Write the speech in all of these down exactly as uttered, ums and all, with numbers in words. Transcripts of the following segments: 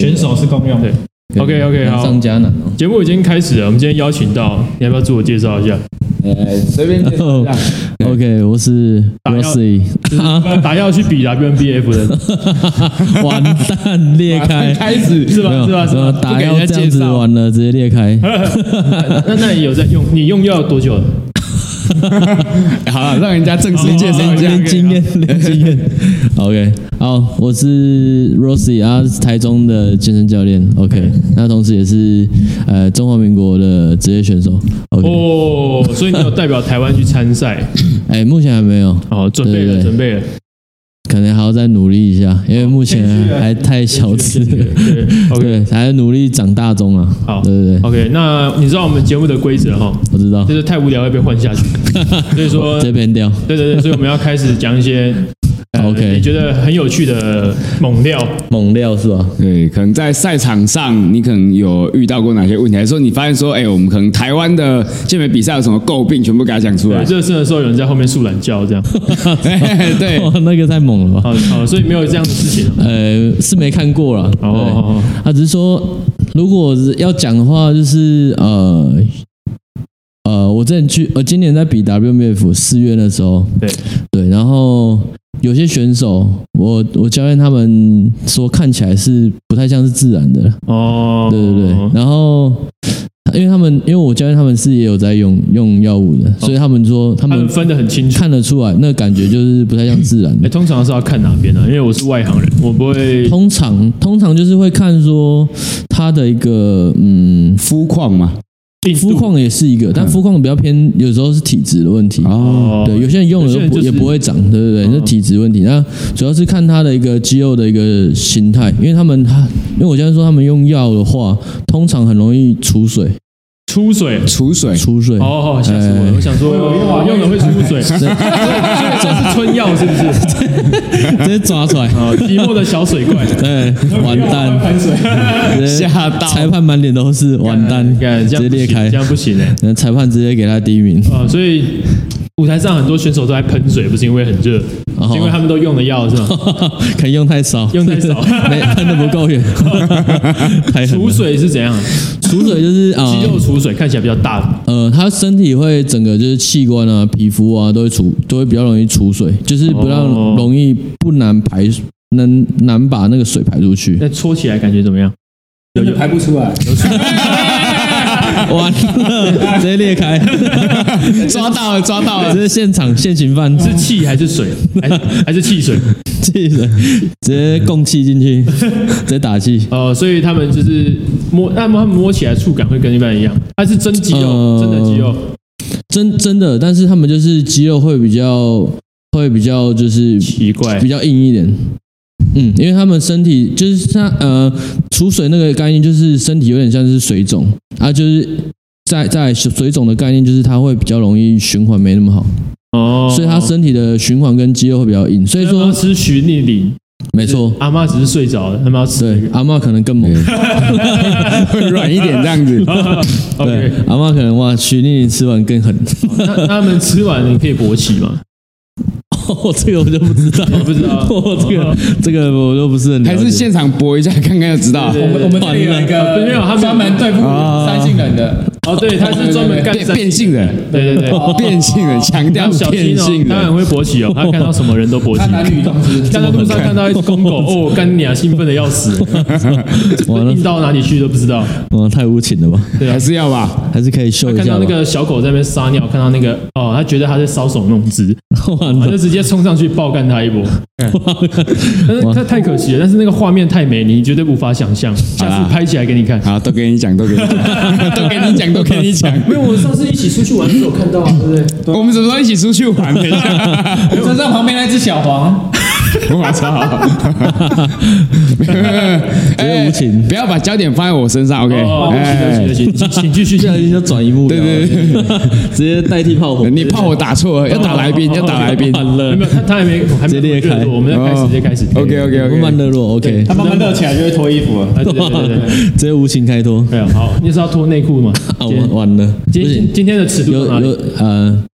选手是公用。 对 ，OK OK 好， 上加难哦。 节目已经开始了，我们今天邀请到，你要不要自我介绍一下？ 呃，随便介绍一下。 OK， 我是 Rossi， 打药去比 W N B F 的， 完蛋裂开， 开始是吧？是吧？是吧？ 打药这样子完了，直接裂开。 那那你有在用？你用药多久了？ 好了，让人家正式介绍一下。 练经验，练经验。OK， 好，我是 Rossi 啊，是台中的健身教练。OK， 那同时也是呃中华民国的职业选手。OK， 哦，所以你有代表台湾去参赛？ 哎，目前还没有。 哦，准备了， 对对对准备了。 可能还要再努力一下，因为目前还太小资。 对 ，OK， 还在努力长大中啊。 好， 对对对 ，OK， 那你知道我们节目的规则哈？ 我知道， 就是太无聊会被换下去，所以说这边掉。 对对对，所以我们要开始讲一些。呃、 OK， 你觉得很有趣的猛料？ 猛料是吧？ 对，可能在赛场上，你可能有遇到过哪些问题？还是说你发现说，哎、欸，我们可能台湾的健美比赛有什么诟病，全部给他讲出来。 热身的时候有人在后面树懒叫，这样。 对， 那个太猛了吧？ 好，好，所以没有这样的事情。 呃，是没看过啦。 哦， 他只是说，如果要讲的话，就是呃。呃，我之前去，呃，今年在比 W N B F 四月的时候， 对对，然后有些选手，我我教练他们说看起来是不太像是自然的， 哦， 对对对，然后因为他们，因为我教练他们是也有在用用药物的，哦、所以他们说他们, 他们分得很清楚， 看得出来，那个感觉就是不太像自然的。 欸、通常是要看哪边呢、啊？因为我是外行人，我不会。 通常通常就是会看说他的一个嗯肤况嘛。 肤况也是一个，但肤况比较偏，有时候是体质的问题。哦，对，有些人用了不、就是、也不会长，对不对？那、哦、体质问题。那主要是看他的一个肌肉的一个形态，因为他们他，因为我现在说他们用药的话，通常很容易出水。 出水， 出水， 出水。 哦，吓死我了！我想说，用了会出水，所以这是春药是不是？ 直接抓出来。 哦，寂寞的小水怪， 对，完蛋， 喷水，吓到， 裁判满脸都是，完蛋，直接裂开， 这样不行哎！ 裁判直接给他第一名。 啊，所以舞台上很多选手都在喷水，不是因为很热，是因为他们都用了药，是吗？ 可能用太少， 用太少， 没喷的不够远。 储水是怎样？ 储水就是啊， 肌肉储水看起来比较大。 呃，他身体会整个就是器官啊、皮肤啊都会储，都会比较容易储水，就是不让容易不难排，能难把那个水排出去。 那搓起来感觉怎么样？ 有有排不出来。 完了，直接裂开， 抓到了，抓到了！ 这是现场现行犯， 是气还是水？还是还是汽水？ 汽水，直接供气进去，直接打气。 哦、呃，所以他们就是摸，那他们摸起来触感会跟一般一样，它是真肌肉，呃、真的肌肉， 真真的，但是他们就是肌肉会比较会比较就是奇怪， 比较硬一点。嗯，因为他们身体就是它呃储水那个概念，就是身体有点像是水肿啊，就是在在水肿的概念，就是它会比较容易循环没那么好哦，所以它身体的循环跟肌肉会比较硬，所以说吃徐逆龄。 没错， 阿嬷只是睡着了，他们要吃、那個。 对，阿嬷可能更猛， 会软一点这样子。 对，阿嬷可能哇，徐逆龄吃完更狠。 那那他们吃完你可以勃起吗？ 哦，这个我就不知道， 不知道。 哦，这个这个我都不是很了解。 还是现场播一下看看就知道。 我们我们这里有一个没有，他专门对付三性人的。 哦，对，他是专门干变性人。 对对对， 变性人，强调变性人。 当然会勃起哦，他看到什么人都勃起。 男女同志， 看到路上看到一只公狗，哦，干你啊，兴奋的要死，硬到哪里去都不知道。 哇，太无情了吧？ 对，还是要吧， 还是可以秀一下。 看到那个小狗在那边撒尿，看到那个哦，他觉得他在搔首弄姿，他就直接冲上去抱干他一波。但是他太可惜了，但是那个画面太美，你绝对无法想象。下次拍起来给你看。 好，都给你讲，都给你讲，都给你讲，都给你讲。 没有，我上次一起出去玩的时候看到，对不对？ 我们什么时候一起出去玩？等一下， 我车上旁边那只小黄。 我操！ 哎，无情， 不要把焦点放在我身上 ，OK？ 哦，对不起，对不起，请继续， 现在已经要转移目标， 对对对， 直接代替炮火。 你炮火打错了，要打来宾，要打来宾。 完了， 没有，他他还没，还没裂开， 我们再开始，直接开始。 OK OK OK， 慢慢热络 ，OK。 他慢慢热起来就会脱衣服了， 对对对对， 直接无情开脱。 对啊，好，你是要脱内裤吗？ 啊，完完了。 今今天的尺度有有呃，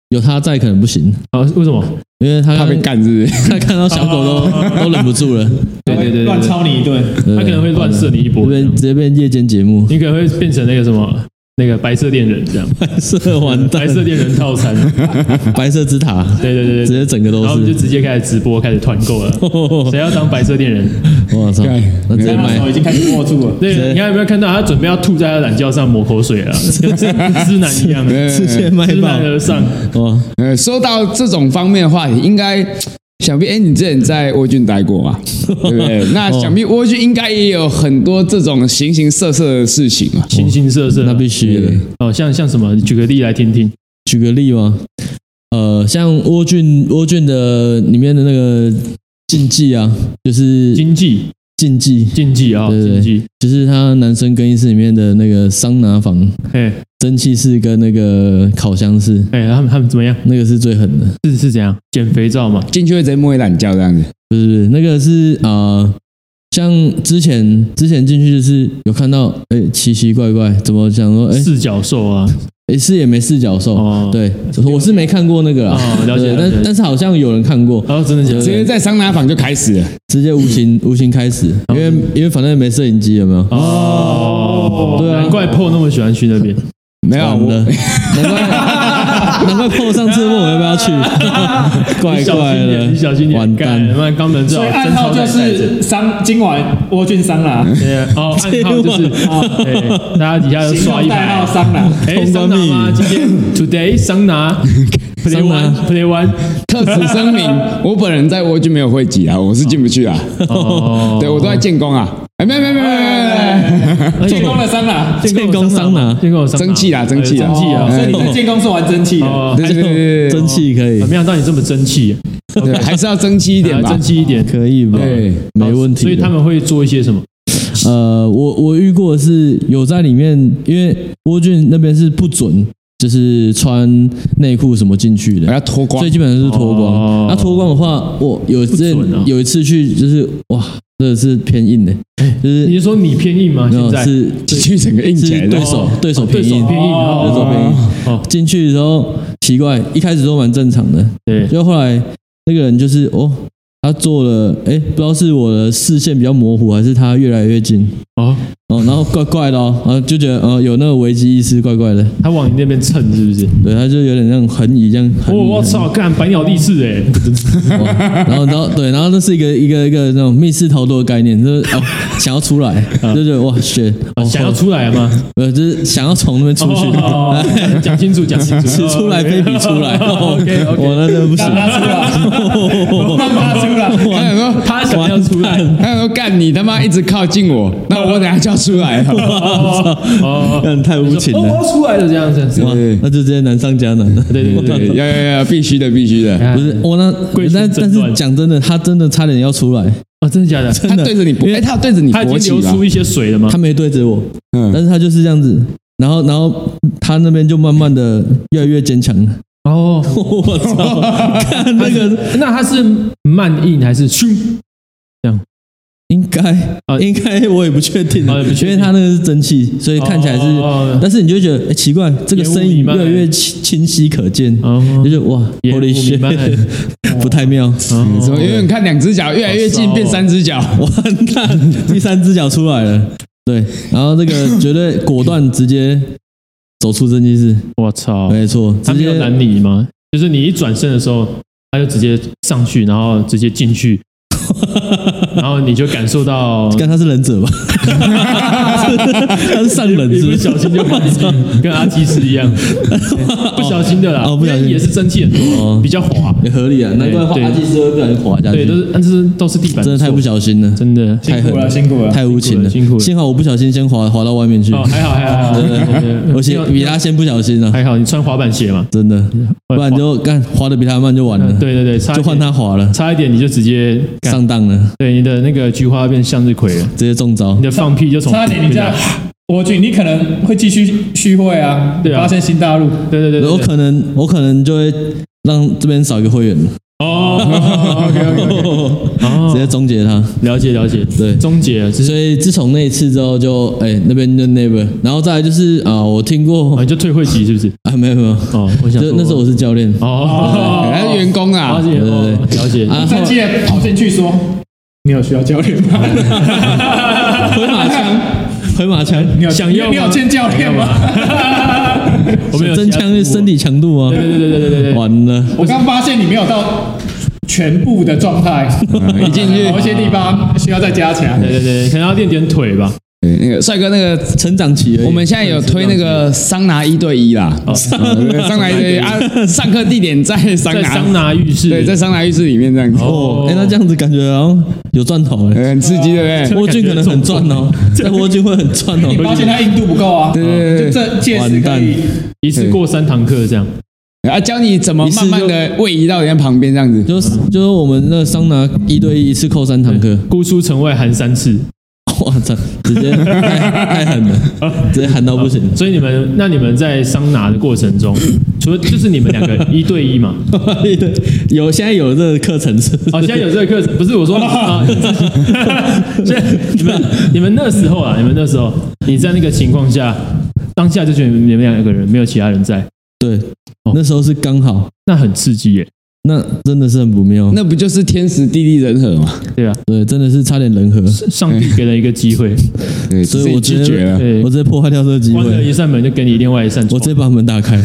有他在可能不行， 啊，为什么？ 因为他怕被干是不是？ 他看到小狗都都忍不住了， 对对对对， 乱抄你一顿， 他可能会乱射你一波这，边直接变夜间节目， 你可能会变成那个什么那个白色恋人这样， 白色完蛋， 白色恋人套餐， 白色之塔， 对对对对， 直接整个都然后我们就是直接开始直播，开始团购了，谁要当白色恋人？ 我操，那直接他手买已经开始握住了。 对，你看有没有看到他准备要吐在他懒觉上抹口水了，跟知男一样， 直接卖爆知男，而上。 哇， 呃，说到这种方面的话题，应该想必哎，你之前在沃郡待过嘛，对不对？那想必沃郡应该也有很多这种形形色色的事情嘛。 形形色色， 那必须的。 哦，像像什么？举个例来听听。 举个例吗？呃，像沃郡沃郡的里面的那个禁忌啊，就是经济禁忌， 竞技啊， 对对对竞技， 就是他男生更衣室里面的那个桑拿房、 哎蒸汽室跟那个烤箱室， 哎，他们他们怎么样？ 那个是最狠的。 是是怎样？减肥皂嘛？ 进去会直接摸一懒觉这样子。 不是不是，那个是啊、呃像之前之前进去就是有看到，哎，奇奇怪怪，怎么讲说，哎， 四角兽啊， 哎是也没四角兽， 哦对，我是没看过那个啦， 哦了解对了解但但是好像有人看过， 然后真的假的？ 直接在桑拿房就开始了。 直接无形无形开始，因为因为反正没摄影机，有没有？ 哦， 对啊难怪 P O 那么喜欢去那边。 没有，我完了，难怪难怪 P O 上次问我要不要去，怪你小怪的心点，你小心点， 完蛋， 妈肛门最好所以暗号就真钞袋带着。 是桑今晚沃郡桑拿， 对哦，暗号就是哦，对，大家底下就刷一代号排。 桑拿。 哎，桑拿吗？今天 today 桑拿 play 桑拿 one play one。 特此声明，我本人在沃郡没有会籍啊，我是进不去啊。 哦， 对我都在建工啊。哎，没有没有没有没有没有， 建工的桑拿， 建工桑拿建工桑拿， 蒸汽啦蒸汽啦蒸汽啊， 所以你在建工是玩蒸汽的。 哦， 对对对对蒸汽可以没，想到你这么争气， 对，还是要争气一点吧争。气一点， 可以吧？ 对， 没问题的。 所以他们会做一些什么？ 呃，我我遇过的是有在里面，因为沃郡那边是不准，就是穿内裤什么进去的， 我要脱光所以。基本上是脱光。 哦那脱光的话，我有之前不准啊有一次去，就是哇，真的是偏硬的，就是你是说你偏硬吗？ 没有现在是进去整个硬起来的是对手对手对偏硬， 手偏硬， 对手偏硬。 哦， 进去的时候奇怪，一开始都蛮正常的， 对， 就后来那个人就是哦，他做了，哎，不知道是我的视线比较模糊，还是他越来越近， 哦， 哦，然后怪怪的哦，然后就觉得呃有那个危机意识，怪怪的， 他往你那边蹭是不是？ 对，他就有点像横移这样，横哦， 移我操，干百鸟立刺哎！ 哇然后然后对，然后这是一个一个一个那种密室逃脱的概念，就是哦想要出来，就觉得哇shit，哦想要出来吗？ 呃就是想要从那边出去， 哦讲清楚，讲清楚， 此出来非彼出来， OK 我 OK， 那真的不行， 让他出来，让他出来。 他想说， 他想要出来， 他想说干你他妈一直靠近我，那我等下就要出来了。 哦哦， 但太无情哦，我了， 要出来了这样子，是吗哇那就直接难上加难了。 对对对对对，要要要，必须的，必须的。 不是我那贵， 但但是族诊断讲真的，他真的差点要出来， 哦，真的假的？ 他真的对着你勃，哎，他有对着你他已勃起吧？ 经流出一些水了吗他？没对着我， 嗯但是他就是这样子，然后然后他那边就慢慢的越来越坚强。 哦， 我操，看那个那他是慢硬还是咻？ 应该啊应该我也不确定啊也不确定因为他那个是蒸汽，所以看起来是哦， 但是你就觉得哎奇怪，这个身影越来越清清晰可见， 哦就觉得哇烟雾 ，Holy 弥漫 shit，不太妙， 怎哦么永远看两只脚越来越近，变三只脚？ 完蛋，第三只脚出来了，对，然后这个绝对果断直接走出蒸汽室， 我操， 没错，直接他没有拦你吗？就是你一转身的时候，他就直接上去，然后直接进去，然后你就感受到， 看他是忍者吧？他是上忍一不是不是？ 小心就滑进去，跟阿基斯一样，不小心的啦， 哦不小心因为也是蒸汽很多， 哦比较滑， 也合理啊，难怪对滑技师会不小心滑下去， 对，都是但是都是地板， 真的太不小心了， 真的太狠辛苦了，辛苦了。 太无情了， 辛苦了幸好我不小心先滑滑到外面去， 哦，还好还好还好，对对对而且比他先不小心啊， 还好，你穿滑板鞋嘛， 真的，不然就干滑的比他慢就完了， 对对对，差一就换点他滑了， 差一点你就直接干上当了， 对你的那个菊花变向日葵了， 直接中招你。的放屁就从差点你这样，我觉得你可能会继续续会啊， 对啊发现新大陆。 对对对对，对我可能我可能就会让这边少一个会员， 哦，OK OK， 哦， 直接终结它。 了解了解， 对， 终结了，只是所以自从那一次之后就，哎那边就 never， 然后再来就是啊、我听过啊，你就退会籍是不是？ 啊没有没有， 哦，我想说就那时候我是教练， 哦， 他是员工啊了，解， 对对对哦了解。 啊生气的跑进去说：“你有需要教练吗？ 回马枪，回马枪， 你有想要吗你有见教练吗？” 我们有增强身体强度啊， 对对对对对对对， 完了， 我刚发现你没有到全部的状态， 一进去某一些地方需要再加强。 对对对，可能要练点腿吧。 对那个帅哥那个。 成长期而已。 我们现在有推那个桑拿一对一啦，哦对桑拿一对一啊，上课地点在桑拿， 在桑拿浴室， 对，在桑拿浴室里面这样子， 哦，哎、那这样子感觉好像有赚头哎、 呃很刺激，对不对？ 蜗苣可能很赚哦，在蜗苣会很赚哦你。发现他硬度不够啊？ 对对对就这届时可完蛋以一次过三堂课这样。 啊，教你怎么慢慢的位移到人家旁边这样子， 就是就是我们那个桑拿一对一一次扣三堂课， 姑苏城外喊三次， 哇操，直接太太狠了，直接喊到不行。 所以你们那你们在桑拿的过程中，除了就是你们两个一对一嘛？ 对，有现在有这个课程是， 哦，现在有这个课程，不是我说啊，现在你们你们那时候啊，你们那时候你在那个情况下，当下就觉得你们两个人没有其他人在， 对，那时候是刚好， 那很刺激耶， 那真的是很不妙。 那不就是天时地利人和吗？ 对啊， 对，真的是差点人和， 上帝给了一个机会， 对， 所以我只是拒绝了。 对我直接破坏掉这个机关了会， 一扇门就给你另外一扇窗我直，接把门打开。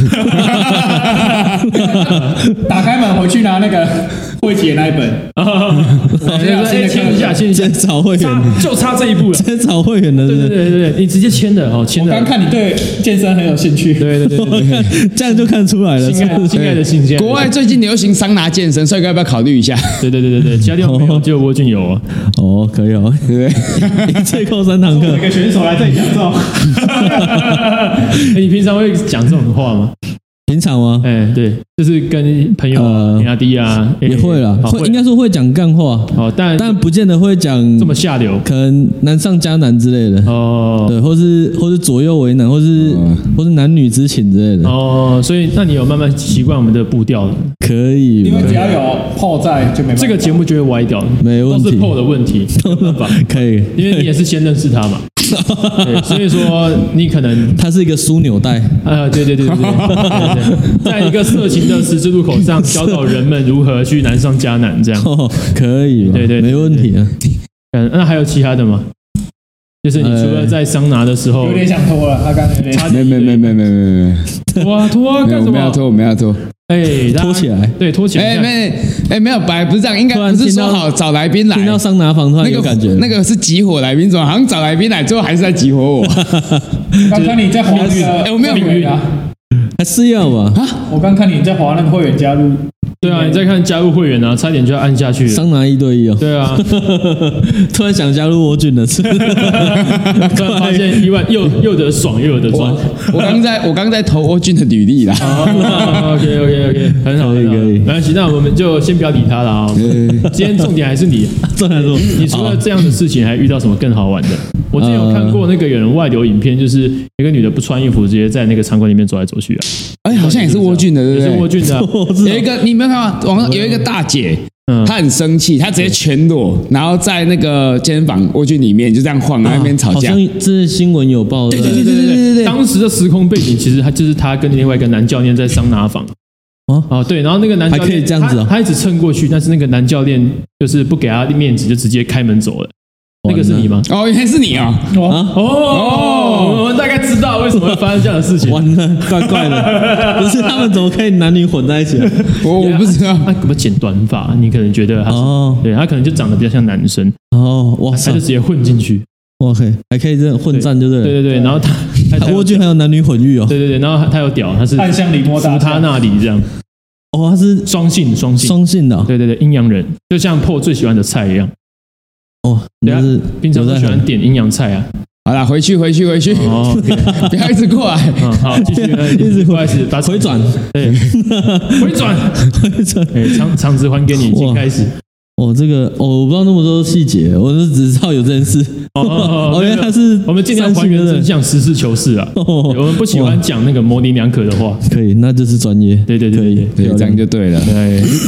打开门回去拿那个会姐那一本。 哎，签一下，签一下先，找会员， 差就差这一步了。 先找会员的， 对是不是对对对对，你直接签的哦，签的我刚。看你对健身很有兴趣， 对对对对对， 这样就看出来了。 亲爱的亲爱的信件， 国外最近流行桑拿健身，帅哥要不要考虑一下？ 对对对对对，其他地方没有，只有蜗苣有啊。 哦，可以哦， 对不对？ 一次扣三堂课有一。个选手来这里讲这种， 哎你平常会讲这种话吗？ 平常吗？ 哎，对，就是跟朋友啊、 呃阿弟啊，哎也会啦， 好会应该说会讲干话， 哦，但但不见得会讲这么下流可能难上加难之类的， 哦对，或是或是左右为难，或是嗯或是男女之情之类的， 哦，所以那你有慢慢习惯我们的步调了？ 可以， 因为只要有泡在就没办法这个节目就会歪掉， 没问题都是 P O 的问题，没办法， 可以， 因为你也是先认识他嘛，对，所以说你可能它是一个枢纽带， 啊，对对对对对对对，在一个色情的十字路口上教导人们如何去难上加难，这样。 哦，可以吧， 对对对没问题啊， 嗯，那还有其他的吗？就是你除了在桑拿的时候有，点想脱了，他刚刚有点差没没没没没没没拖啊拖啊没， 干什么？ 我们要拖，我们要拖。 哎，大家拖起来， 对，拖起来。 哎没哎没有，本来不是这样，应该突然不是听到说好找来宾来， 听到桑拿房突然那个有感觉， 那个是集火来宾，怎么好像找来宾来，最后还是在集火我？ 刚看你在滑那哎个我没有会员啊， 还是要吧？ 我刚看你在滑那个会员加入， 对啊，你再看加入会员啊，差点就要按下去了。 桑拿一对一哦， 对啊， 突然想加入蜗苣了，是不是？ 突然发现意外又又得爽又有得赚。 我刚在我刚在投欧俊的履历啦。 OK OK OK，很好，很好可以可以没关系，那我们就先不要理他了啊。今天重点还是你， 这来说， 你除了这样的事情，还遇到什么更好玩的？我之前有看过那个有人外流影片，就是一个女的不穿衣服，直接在那个场馆里面走来走去啊， 哎，好像也是蜗苣的，对也是蜗不对？ 苣的啊。 我知道有一个你没有看吗？网上有一个大姐， 嗯她很生气，她直接全裸，然后在那个健身房蜗苣里面就这样晃，然后那边吵架好像。这是新闻有报，对对对对对对对当时的时空背景其实他就是他跟另外一个男教练在桑拿房。 哦哦，对，然后那个男教练还可以这样子哦他他一直蹭过去，但是那个男教练就是不给他面子，就直接开门走了。那个是你吗？ 哦，原来是你哦！ 啊， 哦，我们大概知道为什么会发生这样的事情。 完了，怪怪的，不是他们怎么可以男女混在一起啊？ 我我不知道。 他可不剪短发，你可能觉得他是， 哦对他可能就长得比较像男生， 哦，哇塞他就，直接混进去。 哇可以，还可以这样混战，对不对？ 对对对，然后他他他蜗苣还有男女混浴哦， 对对对，然后他有屌，他是暗箱里摸大扶他那里这样， 哦，他是双性双性， 双性的哦， 对对对，阴阳人，就像破最喜欢的菜一样， 哦，你对啊就是平常都喜欢点阴阳菜啊。 好啦，回去回去回去， 哦，OK， 不要一直过来。 嗯，好，继续，呃一直不好意思，把回转， 对，回转， 回转。 哎，场场子还给你，已经开始。 哦，这个哦，我不知道那么多细节，我就只知道有这件事。 哦哦哦，原来他是我们尽量还原真相，实事求是啊。 哦我们不喜欢讲那个模棱两可的话。 可以，那就是专业。 对对对可以对， 对，这样就对了。 对，好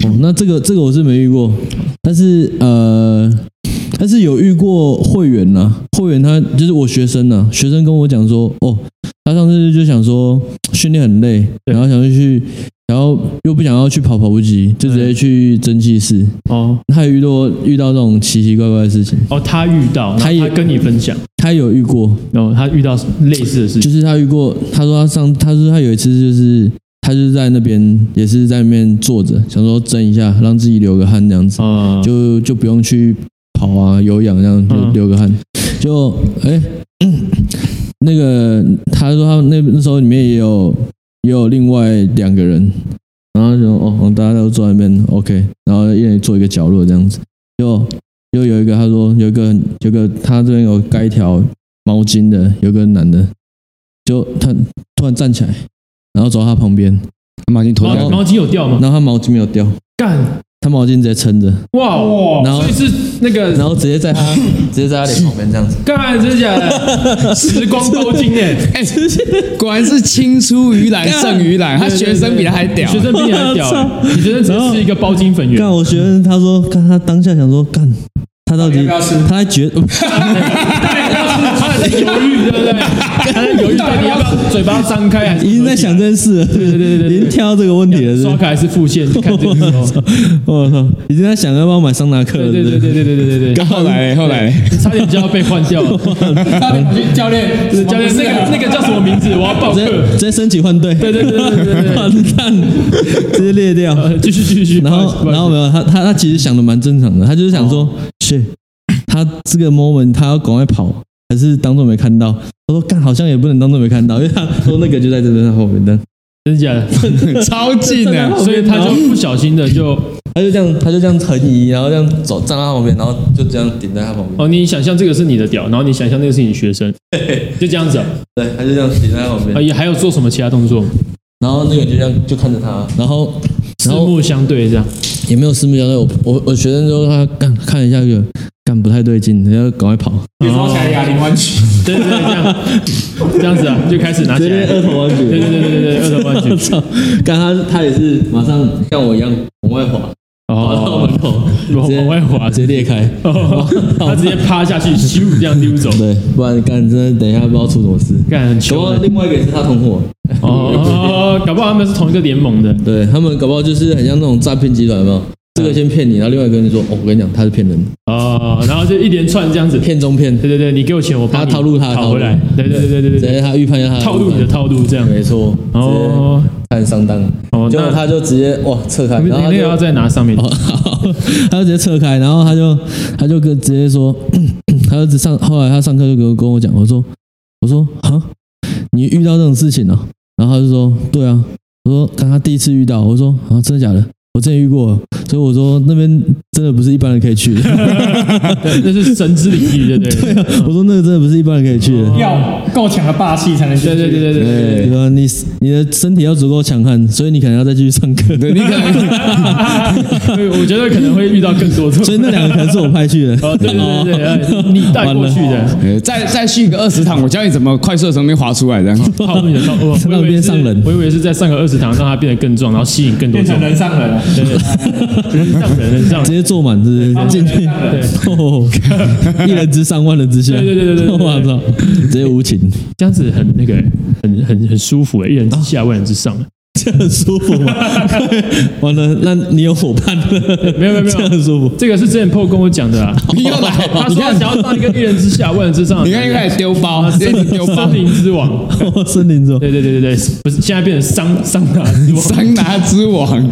哦，那这个这个我是没遇过，但是呃，但是有遇过会员呐、会员他就是我学生呐、啊，学生跟我讲说，哦，他上次就想说训练很累，然后想去，然后又不想要去跑跑步机，就直接去蒸汽室。哦，他也遇到遇到这种奇奇怪怪的事情。 哦，他遇到，他也跟你分享， 他有遇过， 然后他遇到类似的事情， 就是他遇过，他说他上，他说他有一次就是。他就是在那边，也是在那边坐着，想说蒸一下，让自己流个汗这样子，嗯、就就不用去跑啊、有氧这样，就流个汗。嗯、就哎、欸，那个他说他那那时候里面也有也有另外两个人，然后就哦，大家都坐在那边 ，OK， 然后一人坐一个角落这样子。就就有一个他说有一个有个他这边有盖一条毛巾的，有个男的，就他突然站起来。然后走到他旁边， 毛巾脱掉， 毛巾有掉吗？ 然后他毛巾没有掉， 干， 他毛巾直接撑着， 哇哇，然后所以是那个， 然后直接在他直接在他脸旁边这样子， 干，真的假的？时光包巾哎，哎， 果然是青出于蓝胜于蓝，他学生比他还屌， 学生比你还屌，你学生只是一个包巾粉圆。 干，我学生他说，干他当下想说，干他到底他在觉。 他在犹豫，对不对？他在犹豫到底要不要嘴巴张开，还是已经在想这件事了。对对对对，已经挑到这个问题了。 刷卡还是付现？看这个时候， 我操，已经在想要不要买桑拿课了。 对对对对对对对对对。 后来后来， 差点就要被换掉了。 教练， 教练，那个那个叫什么名字？我要报课， 直接申请换队。 对对对对对对， 完蛋，直接裂掉。 继续继续。 然后然后没有他他他其实想的蛮正常的，他就是想说，是他这个 moment 他要赶快跑。还是当作没看到，他说干好像也不能当作没看到，因为他说那个就在这边后面的， 真的假的？ 超近的， 所以他就不小心的就， 他就这样，他就这样横移，然后这样走站到他旁边，然后就这样顶在他旁边。 哦，你想象这个是你的屌，然后你想象那个是你学生，就这样子啊？ 对，他就这样顶在他旁边。 啊，也还有做什么其他动作？ 然后那个就这样就看着他，然后四目相对这样， 也没有四目相对。我我我学生就他干看了一下这个。干不太对劲，你要赶快跑。 别抓起来哑铃弯曲， 对对对，这样这样子啊，就开始拿起来二头弯举。 对对对对对，二头弯举。 干他他也是马上像我一样往外滑，滑到门口， 往外滑， 直接裂开。 他直接趴下去，咻这样溜走。 对，不然干真的等一下不知道出什么事。 干很糗。 另外一个也是他同伙。 哦，搞不好他们是同一个联盟的。 对他们搞不好就是很像那种诈骗集团，有没有？这个先骗你，然后另外一个人说：“哦，我跟你讲，他是骗人的。” 哦，然后就一连串这样子， 骗中骗。 对对对，你给我钱，我帮他套路他讨回来。对对对对对对， 直接他预判一下他套路你的套路，这样没错。哦，他很上当。哦，结果他就直接哇撤开，然后那个要再拿上面。 他就直接撤开，然后他就他就跟直接说，他就上后来他上课就跟跟我讲，我说我说啊，你遇到这种事情了？然后他就说对啊，我说刚他第一次遇到，我说啊真的假的？我之前遇过，所以我说那边真的不是一般人可以去的， 对，那是神之领域，对不对？ 对啊，我说那个真的不是一般人可以去的， 要够强的霸气才能去。 对对对对对对，你你的身体要足够强悍，所以你可能要再继续上课。 对，你可能， 我觉得可能会遇到更多种， 所以那两个可能是我派去的。 哦，对对对对，你带过去的。 再再续个二十堂，我教你怎么快速的从那边滑出来，这样套路你的套路， 让变上人。 我以为是在上个二十堂，让他变得更壮，然后吸引更多变成人上人。 对对，人上人，人上直接坐满，是不是？进去，哦，一人之上，万人之下。 对对对对对， 我操，直接无情， 这样子很那个，很很很舒服哎，一人之下，万人之上， 这样很舒服吗？完了，那你有伙伴了？ 没有没有没有， 这样很舒服。 这个是之前 P O 跟我讲的啊， 你又来， 他说他想要当一个一人之下，万人之上。 你看又开始丢包，丢包， 森林之王， 森林之王。 对对对对对，不是现在变成桑桑拿之王， 桑拿之王。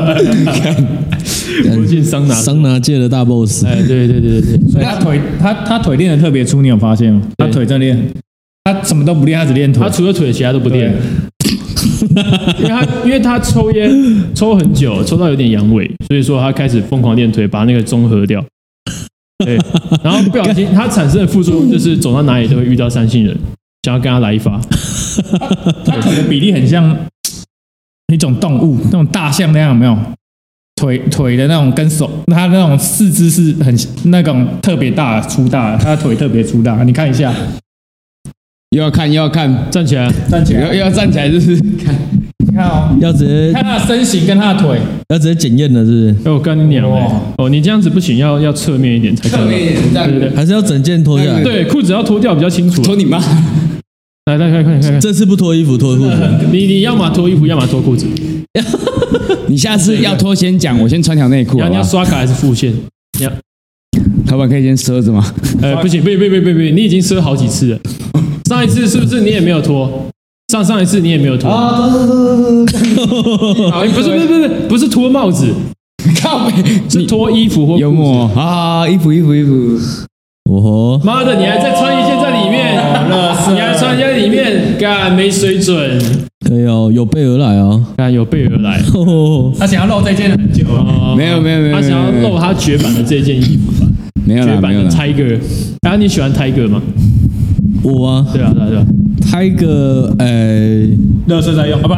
我进桑拿， 桑拿界的大 boss。 哎，对对对对对， 所以他腿他他腿练得特别粗，你有发现吗？他腿真练，他什么都不练，他只练腿。 他除了腿，其他都不练。因为他因为他抽烟抽很久，抽到有点阳痿，所以说他开始疯狂练腿，把那个中和掉。对，然后不小心他产生的副作用就是走到哪里都会遇到三性人，想要跟他来一发。 他腿的比例很像一种动物，那种大象那样，有没有？腿腿的那种跟手，他那种四肢是很那种特别大粗大，他的腿特别粗大，你看一下。 又要看又要看， 站起来， 站起来， 又要站起来，就是看你看哦， 要直接看他的身形跟他的腿， 要直接检验的，是不是？ 哎，我跟你讲哎，哦，你这样子不行，要要侧面一点才可以。 侧面一点这样对对对还是要整件脱下来？ 对，裤子要脱掉比较清楚。 脱你妈！ 来来，快快快快！ 这次不脱衣服，脱裤子。 你你要么脱衣服，要么脱裤子。 你下次要脱先讲，我先穿条内裤你要你要好不好？ 刷卡还是付现？你要老板可以先赊着吗？ 呃不行，不行不行不行不行，你已经赊好几次了。上一次是不是你也没有脱？上上一次你也没有脱。 啊，脱脱脱脱脱！ 哎不是不是不是不是脱帽子， 靠背， 是脱衣服或裤子幽默啊！衣服衣服衣服， 哦， 妈的，你还再穿一件在里面，你还穿一件在里面，干没水准， 可以哦，有备而来啊。 干有备而来。 他想要露这件很久了。 哦没有没有没有他想要露他绝版的这件衣服吧？ 没有绝版的啦没有啦。 Tiger。啊，你喜欢 Tiger 吗？ 我啊对啊对啊对啊。 ，Tiger，呃， 乐色在用，好吧？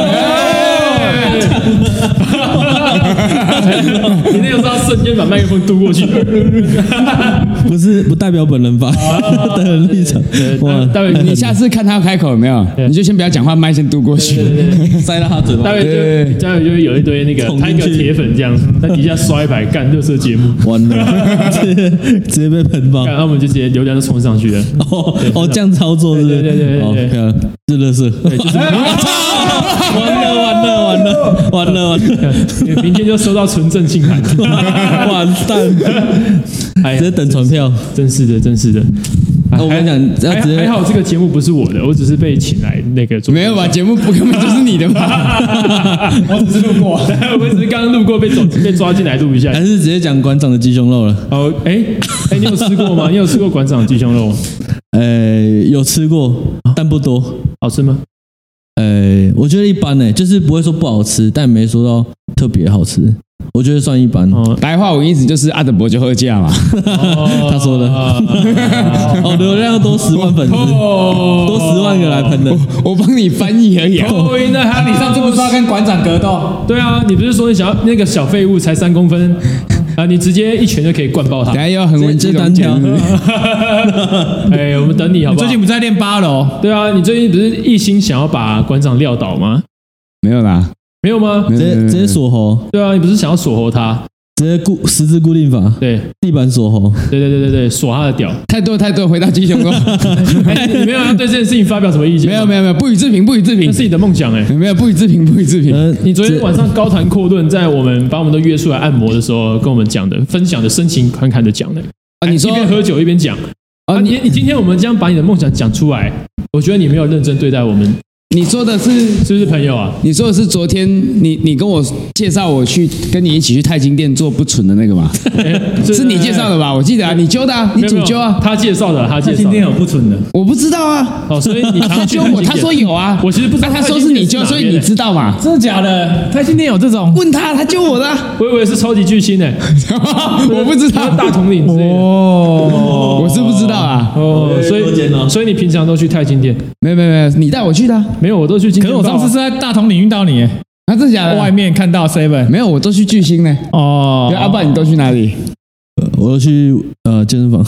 你那个时候瞬间把麦克风嘟过去， 不是不代表本人发的立场。哇， 待会你下次看他开口有没有？你就先不要讲话，麦先嘟过去。 塞到他嘴巴待。会对就待会就会有一堆那个捅进去 Tiger 铁粉这样在底下刷一排干热色节目， 完了，直接直接被喷爆干。然后我们就直接流量就冲上去了。 哦哦，这样操作是不是？ 对对对对对哦，看了，是乐色。 对，就是完了完了完了完了完了， 明天就收到纯正信函， 完蛋！ 哎直接等传票。 真是的，真是的。 我跟你讲，要还直接还好这个节目不是我的，我只是被请来那个做。 没有吧？节目不根本就是你的吧？ 我只是路过。 我只是刚刚路过被走被抓进来录一下。 还是直接讲馆长的鸡胸肉了。 哦，哎哎，你有吃过吗？你有吃过馆长的鸡胸肉吗？ 呃，有吃过，但不多。 好吃吗？ 呃，我觉得一般呢，就是不会说不好吃，但没说到特别好吃。我觉得算一般。 哦， 白话文意思就是阿德伯就喝价嘛。 他说的哦，流量多十万粉丝， 哦多十万个来喷的。 我帮你翻译而已啊。 哦，那还你上次不是要跟馆长格斗？ 对啊，你不是说你想要那个小废物才三公分啊，你直接一拳就可以灌爆他等。下又要横文这激动这单挑讲。 哎，我们等你好不好？ 你最近不是在练八楼？ 对啊，你最近不是一心想要把馆长撂倒吗？ 没有啦， 没有吗？ 直接直接锁喉， 对啊，你不是想要锁喉他？ 直接固十字固定法， 对地板锁喉。 对对对对对，锁他的屌。 太多太多，回到鸡胸肉。 哎，你没有要对这件事情发表什么意见？ 没有没有没有，不予置评，不予置评那。是你的梦想哎。 没有不予置评，不予置评。 呃， 你昨天这晚上高谈阔论，在我们把我们都约出来按摩的时候，跟我们讲的，分享的深情款款的讲的。 啊，你说一边喝酒一边讲。 啊， 啊， 你你你今天我们这样把你的梦想讲出来，我觉得你没有认真对待我们， 你说的是是不是朋友啊？ 你说的是昨天你你跟我介绍我去跟你一起去钛金店做不纯的那个吗？ 哎是你介绍的吧？我记得啊，你揪的啊，你没有没有主揪啊， 他介绍的，他介绍今天的。 有不纯的， 我不知道啊。 哦，所以你常他揪我， 去看景点他说有啊， 我其实不知道啊他说是你揪，所以你知道嘛？ 真的假的？他今天有这种？ 问他，他揪我的啊， 我以为是超级巨星呢， 我不知道， 大统领之类的。 哦， 我是不知道啊。 哦，所多间哦以所以你平常都去太金店？ 没有没有没有，你带我去的啊。 没有，我都去金可是店报啊。 我上次是在大同领遇到你， 啊，真的假的？ 外面看到 seven。 没有，我都去巨星呢。 哦对，，阿爸，你都去哪里？ 我要去呃健身房，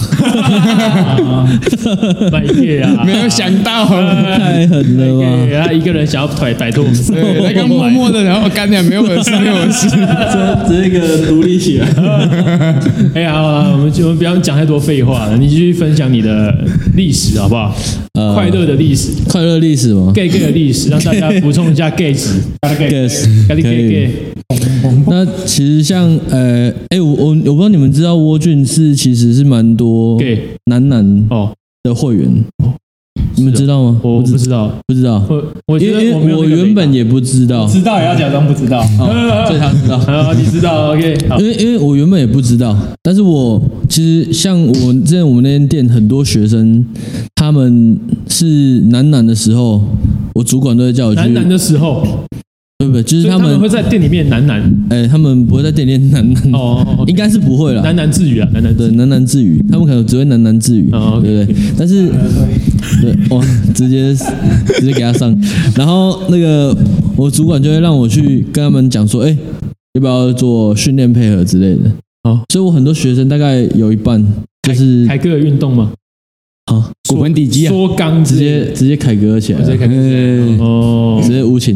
买夜啊， 没有想到， 太狠了吧！ 给他一个人想要摆摆脱我们， 对，那个默默的，然后干掉，没有我的事，没有我的事。 这这个独立起来。 哎呀，好了，我们就不要讲太多废话了，你继续分享你的历史好不好？ 呃快乐的历史快乐历史吗 ，gay gay 的历史，让大家补充一下 gay 值 ？Guess 咖喱可 gay 以 gay。 那其实像呃，哎，我我我不知道你们知道蜗俊是其实是蛮多 gay 男男哦， 的会员，你们知道吗？ 我不知道， 不知道， 我我因为因觉得我没有为我那个雷原本也不知道， 知道也要假装不知道。 哦所以他知道。 达啊，你知道 OK 好因为因为我原本也不知道，但是我其实像我之前我们那间店很多学生，他们是男男的时候，我主管都会叫我去， 男男的时候， 对不对？就是他所以他们会们， 在店里面男男哎，他们不会在店里面男男， 哦，哦应该是不会啦， 男男自语啊，男男自对， 语。 喃喃自语，他们可能只会喃喃自语， 哦，OK 对不对？但是，对，哇，直接直接给他上，然后那个我主管就会让我去跟他们讲说，哎，要不要做训练配合之类的。 哦， 所以我很多学生大概有一半就是凯哥的运动吗？ 啊， 骨盆底肌啊， 缩肛直之类的接直接凯歌起来了， 直接凯歌呃哦直，接无情，没有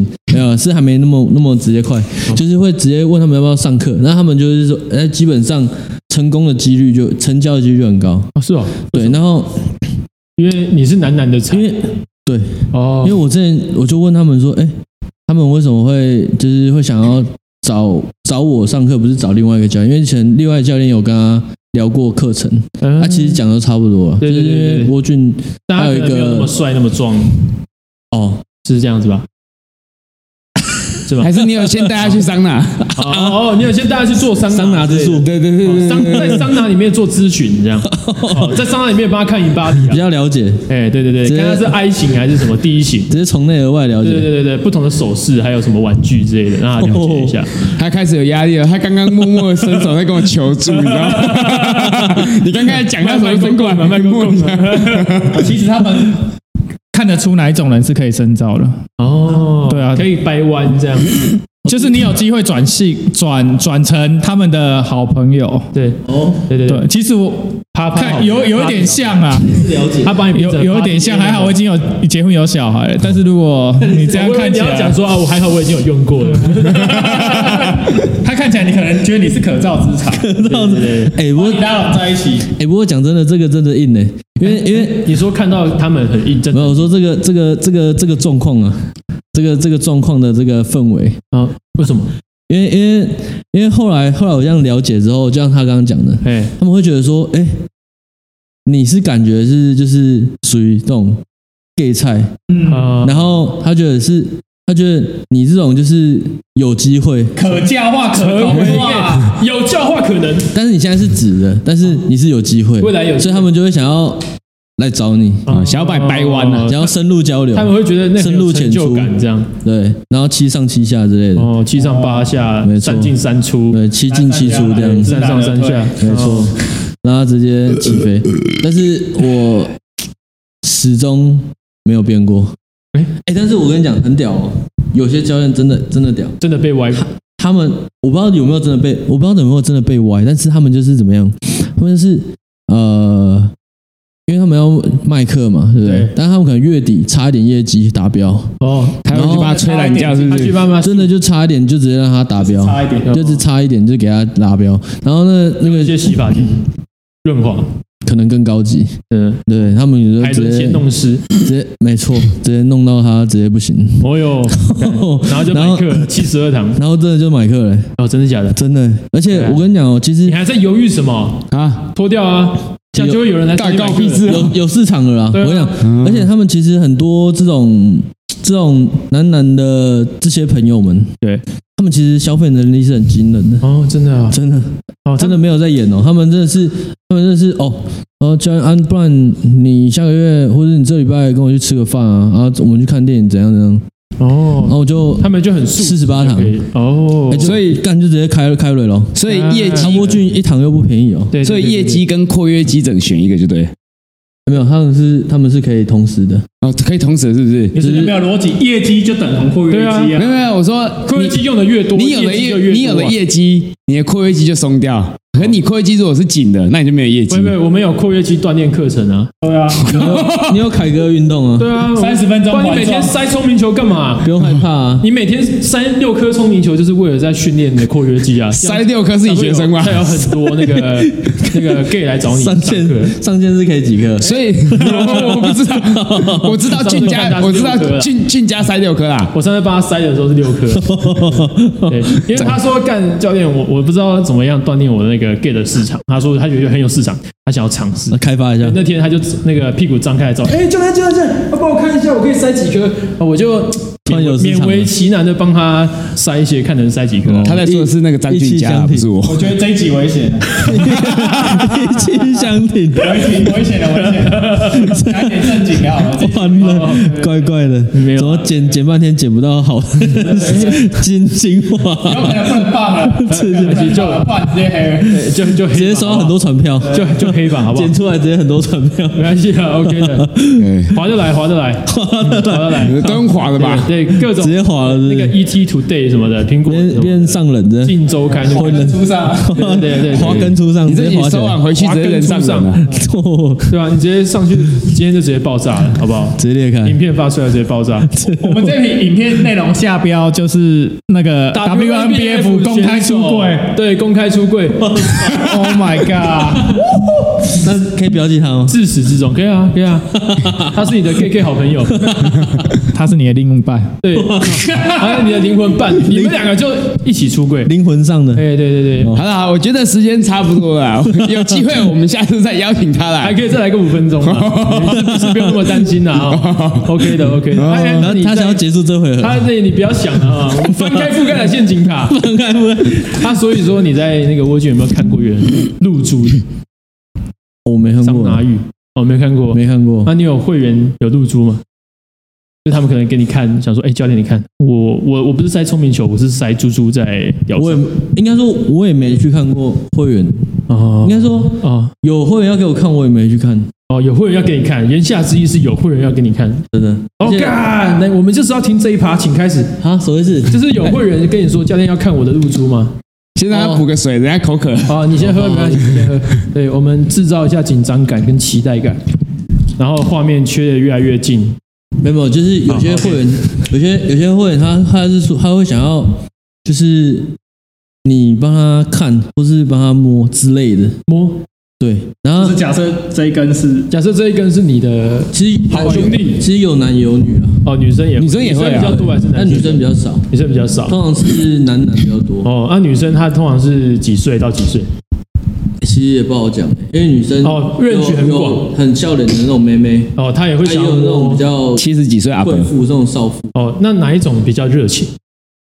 呃是还没那么那么直接快，就是会直接问他们要不要上课，那他们就是说，呃，基本上成功的几率就成交的几率就很高。 哦，是哦， 对，然后因为你是男男的菜， 因为对哦， 因为我之前我就问他们说，哎，他们为什么会就是会想要找找我上课，不是找另外一个教练？因为以前另外一个教练有跟他聊过课程，他、 嗯啊、其实讲的差不多了， 对对对对对， 就是因为郭俊还有一大家可能没有那么个帅那么壮， 哦， 是这样子吧？是吧？ 还是你有先带他去桑拿？ 哦哦，你有先带他去做桑桑拿之术， 对对对对桑对对在桑拿里面做咨询这样，哦在桑拿里面帮他看 InBody 比较了解， 哎，对对对， 直接看他是 I 型还是什么 D 型， 只是从内而外了解。 对对对对，不同的手势还有什么玩具之类的，让他了解一下。 他开始有压力了，他刚刚默默的伸手在跟我求助，你知道吗？你刚刚讲他什么伸过来，慢慢过来。 其实他们看得出哪一种人是可以深造的。 哦， 对啊可以掰弯这样。 就是你有机会转系转转成他们的好朋友。 对，哦，对对对，其实我啪啪看有有一点像啊， 了解他把你有有一点像，还好我已经有结婚有小孩了。但是如果你这样看起你要来， 讲说啊，我还好我已经有用过了。 他看起来你可能觉得你是可造之材， 可造之哎，不过你拉拢在一起。 哎，不过讲真的，这个真的硬呢，因为因为你说看到他们很硬，真没有我说这个这个这个这个状况啊，这个这个状况的这个氛围啊？为什么？ 因为因为因为后来后来我这样了解之后，就像他刚刚讲的， 哎， 他们会觉得说，哎，你是感觉是就是属于这种 gay 菜， 嗯， 啊， 然后他觉得是，他觉得你这种就是有机会， 可教化可同化， 有教化可能。 但是你现在是直的，但是你是有机会， 未来有机会所以他们就会想要来找你， 啊，想要把你掰弯了。 想要深入交流， 他们会觉得那很有成就感，这样对，然后七上七下之类的， 哦，七上八下没，错三进三出， 对，七进七出这样， 三上三下， 没错，然后直接起飞。但是我始终没有变过， 哎哎，但是我跟你讲，很屌哦，有些教练真的真的屌， 真的被歪。 他们我不知道有没有真的被，我不知道有没有真的被歪，但是他们就是怎么样，他们就是呃。因为他们要卖课嘛，对不对？ 对但他们可能月底差一点业绩达标， 哦， 他会去把他吹懒觉，是不是？ 他去慢慢真的就差一点就直接让他达标， 差一点就是差一点就给他达标。然后呢，那个一些洗发精润滑， 可能更高级， 嗯， 对他们有时海伦候直接先弄湿， 直接没错，直接弄到他直接不行， 哦哟，然后就买课七十二堂， 然后真的就买课了， 哦，真的假的？ 真的。而且我跟你讲哦，其实你还在犹豫什么？ 啊， 脱掉啊，这样就会有人来大告屁事！ 有有市场了啦。 对啊我跟你讲，而且他们其实很多这种这种男男的这些朋友们， 对， 他们其实消费能力是很惊人的， 哦，真的啊， 真的哦， 真的没有在演哦，他们真的是，他们真的是哦。哦，教练安，不然你下个月或者你这礼拜跟我去吃个饭啊，然后我们去看电影，怎样怎样。 哦， 然后我就他们就很素四十八堂， 哦， 欸、所以干就直接开开了咯。 所以业张绩， 波俊一堂又不便宜哦。 对， 所以业绩跟括约肌整选一个就对了。 没有，他们是他们是可以同时的。 哦，可以同时是不是？ 就是没有逻辑，业绩就等同括约肌啊。 没有没有，我说括约肌用的越多， 你有了业业绩就越多啊你有了业绩，你的括约肌就松掉。可是你括约肌如果是紧的，那你就没有业绩不。不，我们有括约肌锻炼课程啊。 对啊， 你有你有凯哥运动啊？ 对啊， 三十分钟不然你每天塞聪明球干嘛？ 不用害怕啊。 你每天塞六颗聪明球，就是为了在训练你的括约肌啊。 塞六颗是你学生吗？ 还有很多那个那个 gay 来找你上线上线是可以几颗？ 所以我不知道，我知道俊家，我知道俊俊家塞六颗啦。 我上次帮他塞的时候是六颗，对，因为他说干教练，我我不知道怎么样锻炼我的那个 gay 的市场。他说他觉得很有市场，他想要尝试那开发一下。 那天他就那个屁股张开来找，哎，教练教练教练，帮我看一下，我可以塞几颗？我就勉为其难的帮他塞一些，看能塞几颗。 他在说的是那个张俊家，不是我。 我觉得这一集危险， 一气相挺， 危险危险的危险，讲点正经的好了。 完了，怪怪的， 没有怎么剪剪半天剪不到好精精华？ 有可能更棒了， 就就换直接黑， 对，就就直接收到很多传票， 就就黑吧，好不好？ 剪出来直接很多传票， 没关系啊 ，OK 的，划得来，划得来，划得来， 灯滑的吧？ 对对，各种直接滑了， 那个 E T Today 什么的，苹果变变上人的， 镜周刊花根初上， 对对对， 花根初上， 你自己收完回去直接人上人了， 对吧？你直接上去，今天就直接爆炸了，好不好？ 直接裂开， 影片发出来直接爆炸。 我们这批影片内容下标就是那个 W N B F 公开出柜， 对，公开出柜。 Oh my god！ 那可以标记他吗？ 自始至终可以啊，可以啊。他是你的 K K 好朋友， 他是你的另一半， 对，他是你的灵魂伴侣，你们两个就一起出柜。 灵魂上的， 对对对对， 好了，我觉得时间差不多了，有机会我们下次再邀请他来， 还可以再来个五分钟啊，是不用那么担心的啊。OK 的 OK 的， 然后他想要结束这回合， 他这你不要想了啊，我们翻开覆盖的陷阱卡， 翻开覆盖。 他所以说你在那个蜗居有没有看过有人露珠？ 我没看过， 桑拿浴哦，没看过， 没看过。 那你有会员有露珠吗？就他们可能给你看，想说，哎，教练你看，我我我不是塞聪明球，我是塞珠珠在腰上。 我也应该说，我也没去看过会员。 哦， 应该说， 哦， 有会员要给我看，我也没去看。 哦，有会员要给你看，言下之意是有会员要给你看， 真的。 哦，干，那我们就是要听这一趴，请开始。 啊，什么意思？ 就是有会员跟你说，教练要看我的露珠吗？ 先让他补个水，人家口渴。 好，你先喝，没关系，你先喝。对，我们制造一下紧张感跟期待感，然后画面切得越来越近。 没有，就是有些会员，有些有些会员他他是说他会想要，就是你帮他看或是帮他摸之类的摸。 对，然后就是假设这一根是， 假设这一根是你的， 其实好兄弟， 其实有男也有女啊。 哦，女生也女生也会啊女生比较多还是男生？ 但女生比较少， 女生比较少。 通常是男男比较多。 哦，那、啊、女生她通常是几岁到几岁？ 其实也不好讲，因为女生哦，range很广， 很笑脸的那种妹妹。 哦，她也会想要有那种比较七十几岁阿伯贵妇这种少妇。 哦，那哪一种比较热情？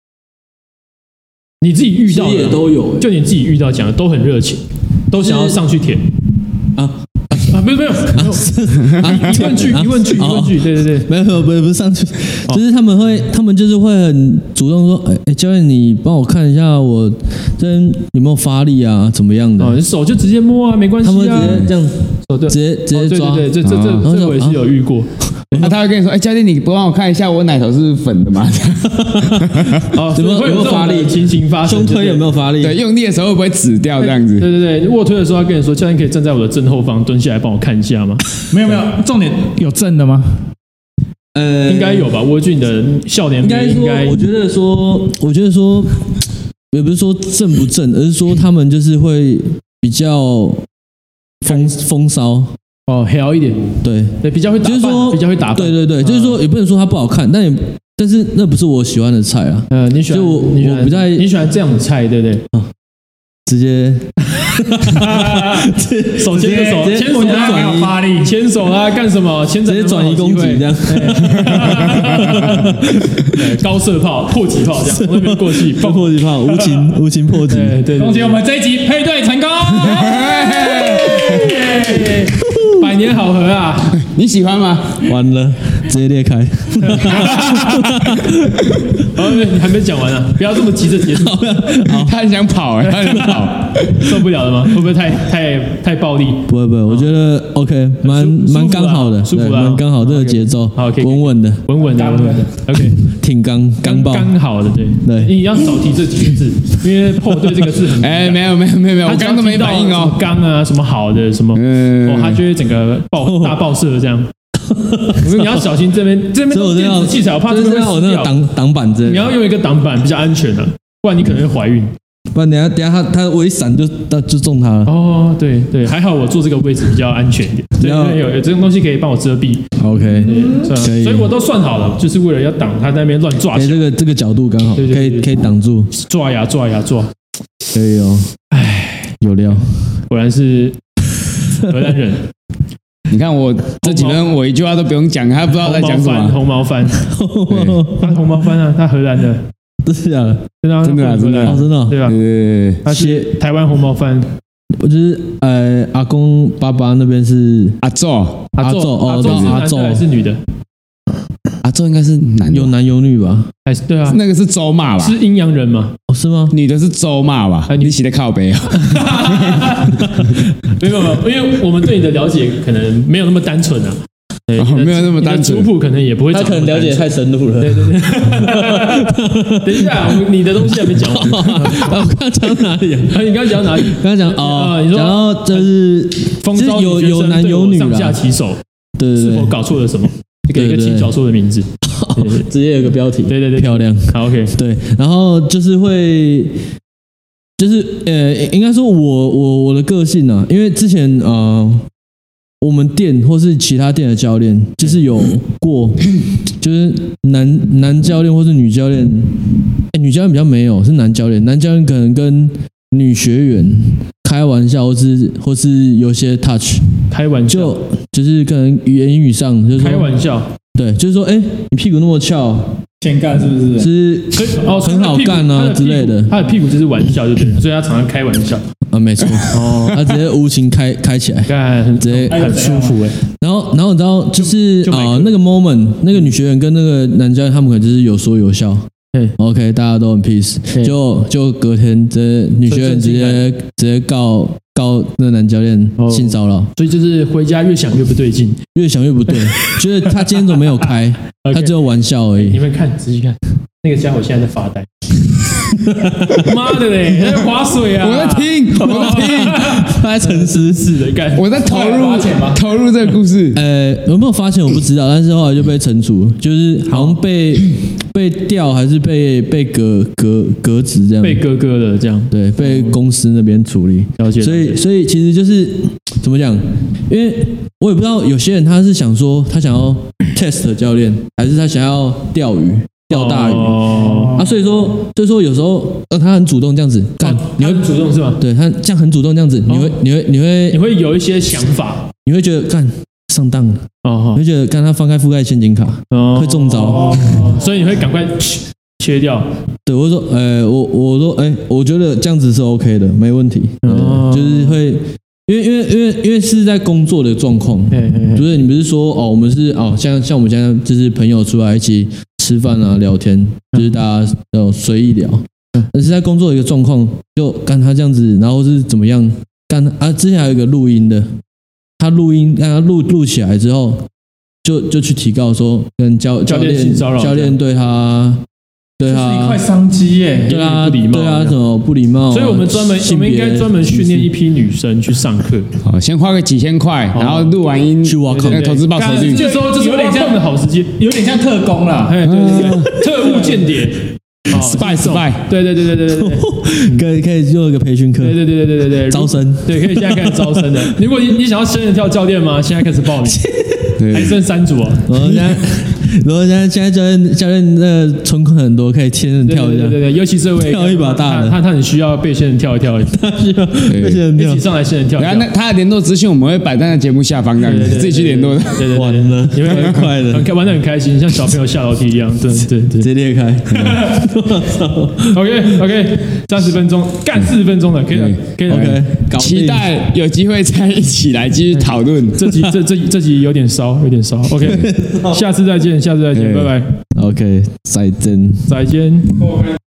你自己遇到的也都有、欸， 就你自己遇到讲的都很热情，都想要上去舔啊。 啊，没有没有，疑问句疑问句疑问句，对对对， 没有没有不是不是上去，就是他们会他们就是会很主动说，哎、欸、教练你帮我看一下我这有没有发力啊，怎么样的？ 哦，你手就直接摸啊，没关系啊， 他们直接这样， 哦对， 直接直接抓， 哦、对对对，这这这这我也是有遇过。 那、啊、他会跟你说：“哎、欸，教练，你不帮我看一下我奶头是粉的吗？” 哦， 有没有有没有发力？ 情形发生， 胸推有没有发力？ 对，用力的时候会不会指掉这样子？ 对对对，卧推的时候，他跟你说：“教练可以站在我的正后方，蹲下来帮我看一下吗？” 没有没有，重点有正的吗？ 呃，应该有吧。蜗俊的笑脸应该说，我觉得说，我觉得说，也不是说正不正，而是说他们就是会比较风风骚。 哦，黑一点，对对，比较会打扮，就是说比较会打扮， 对对对，就是说也不能说他不好看，但也但是那不是我喜欢的菜啊。 呃，你喜欢， 我你我不太你喜欢这样的菜，对不对？ 啊，直接手牵着手，牵手啊， 没有发力， 牵手啊，干什么？牵直接转移攻击这样， 高射炮、迫击炮这样，从那边过去， 迫击炮，无情无情迫击。 对对， 恭喜我们这一集配对成功。 百年好合啊！ 你喜欢吗？ 完了，直接裂开。 哦，你还没讲完啊！不要这么急着结束。 他很想跑哎、欸，他很想跑， 受不了了吗？会不会太太太暴力？ 不会不会，我觉得 OK， 蛮蛮刚好的， 舒服蛮刚好这个节奏， 好， 稳稳的， 稳稳的，稳稳的 ，OK， 挺刚刚爆， 刚好的，对对。 你要少提这几个字，因为破对这个字很哎，没有没有没有没有，我刚刚都没反应哦。 刚啊，什么好的什么，哦，他就会整个爆大爆射这样。我说你要小心这边这边电子器材，我怕这边会死掉。挡挡板之类， 你要用一个挡板比较安全的，不然你可能会怀孕。 不然等下等下他他我一闪就就中他了。 哦，对对，还好我坐这个位置比较安全一点，对，有有这种东西可以帮我遮蔽。 OK， 可以，所以我都算好了，就是为了要挡他在那边乱抓。 这个这个角度刚好，可以可以挡住， 抓呀抓呀抓， 可以哦。哎，有料， 果然是荷兰人。 你看我这几人，我一句话都不用讲，他不知道在讲什么。 红毛番，他红毛番啊，他荷兰的， 真的假的？ 真的， 真的，真的， 真的， 对吧？ 对， 他是台湾红毛番。 我就是呃，阿公爸爸那边是阿宙， 阿宙哦， 阿宙还是女的？ 阿宙应该是男， 有男有女吧？ 还是对啊？ 那个是周骂吧？ 是阴阳人吗？ 哦，是吗？ 女的是周骂吧？你写的靠背啊？ 没有没有，因为我们对你的了解可能没有那么单纯啊。 对， 哦没有那么单纯你的族谱可能也不会他长那么单纯。 可能了解太深入了。 对对对。等一下，我你的东西还没讲完。 我刚刚讲到哪里啊？ 啊，你刚刚讲到哪里？ 刚刚讲哦啊，你说讲到就是风就是有骚女学生有男对我上有女啦下其手， 对对对， 是否搞错了什么？给一个对对对轻小说的名字。对对直接有个标题， 对对对， 漂亮。 好 OK。 对，然后就是会，就是呃，应该说我我我的个性呢、啊，因为之前啊、呃，我们店或是其他店的教练，就是有过，就是男男教练或是女教练，哎，女教练比较没有，是男教练，男教练可能跟女学员开玩笑，或是或是有些 touch， 开玩笑， 就就是可能语言英语上就是说开玩笑， 对，就是说，哎，你屁股那么翘， 先干是不是？ 是可以哦， 很好干啊之类的。 他的屁股就是玩笑，就对了，所以他常常开玩笑。 啊，没错，哦，他直接无情开开起来， 干很直接很舒服哎。 然后，然后你知道，就是就就买个啊、那个 moment，那个女学员跟那个男教练，他们可能就是有说有笑。 对 OK， 大家都很 peace， 对就就隔天，这女学员直接直接告告那个男教练哦性骚扰， 所以就是回家越想越不对劲。 越想越不对，觉得他今天怎么没有开，他只有玩笑而已。 你们看，仔细看，那个家伙现在在发呆。妈的嘞，在划水啊！ 我在听，我在听， 他在沉思是的，干， 我在投入花钱吗投入这个故事。 呃，有没有发现我不知道，但是后来就被惩处，就是好像被被调还是被被革革革职这样， 被哥哥的这样对，被公司那边处理。 了解。 所以了解所以其实就是怎么讲？因为我也不知道有些人他是想说他想要 test 教练，还是他想要钓鱼钓大鱼、 哦， 啊？所以说所以说有时候呃他很主动这样子干，你会你会主动是吗？ 对他这样很主动这样子，你会哦你会你会你会有一些想法你会觉得干上当了， 哦你会觉得干他翻开覆盖陷阱卡。 哦， 会中招哦，所以你会赶快切切掉。 对，我说，呃，我我说，哎、我觉得这样子是 OK 的，没问题。 哦哦、就是会，因为因为因为因为是在工作的状况， 嘿嘿嘿就是你不是说哦，我们是哦，像像我们现在就是朋友出来一起吃饭啊、聊天，就是大家要随意聊。但是在工作的一个状况，就干他这样子，然后是怎么样干啊？之前还有一个录音的，他录音让他录录起来之后，就就去提告说跟教教练性骚扰教练对他。对这是一啊块，商机耶。 对啊， 不礼貌对啊，什么不礼貌啊、 所以我们专门我性别们应该专门训练一批女生去上课。 好，先花个几千块，然后录完音去挖坑那个投资报酬率。 这时候就是有点像挖坑的好时机。 有点像特工啦。 哎，对对对，特务间谍。哦 spy spy， 对对对对对对对可以可以做一个培训课， 对对对对对对， 招生。 对，可以现在开始招生的。如果你你想要仙人跳教练吗？现在开始报名，还剩三组哦。 然后现在，然后现在现在教练教练那个存款很多，可以天人对跳一下， 对对对，尤其这位跳一把大的他他很需要被仙人跳一跳，一他需要被仙人跳起。上来仙人跳一跳。 然后那他的联络资讯我们会摆在那节目下方，这样子对对对自己去联络的。 对对对， 完了你会太快了很开玩的很开心，像小朋友下楼梯一样。对对对直接裂开。 ，OK OK，三十分钟干四十分钟了，可以了可以了。 OK，搞定期待有机会再一起来继续讨论。 这集这这这集有点烧，有点烧。OK，下次再见，下次再见， 对拜拜， OK，再见。 再见。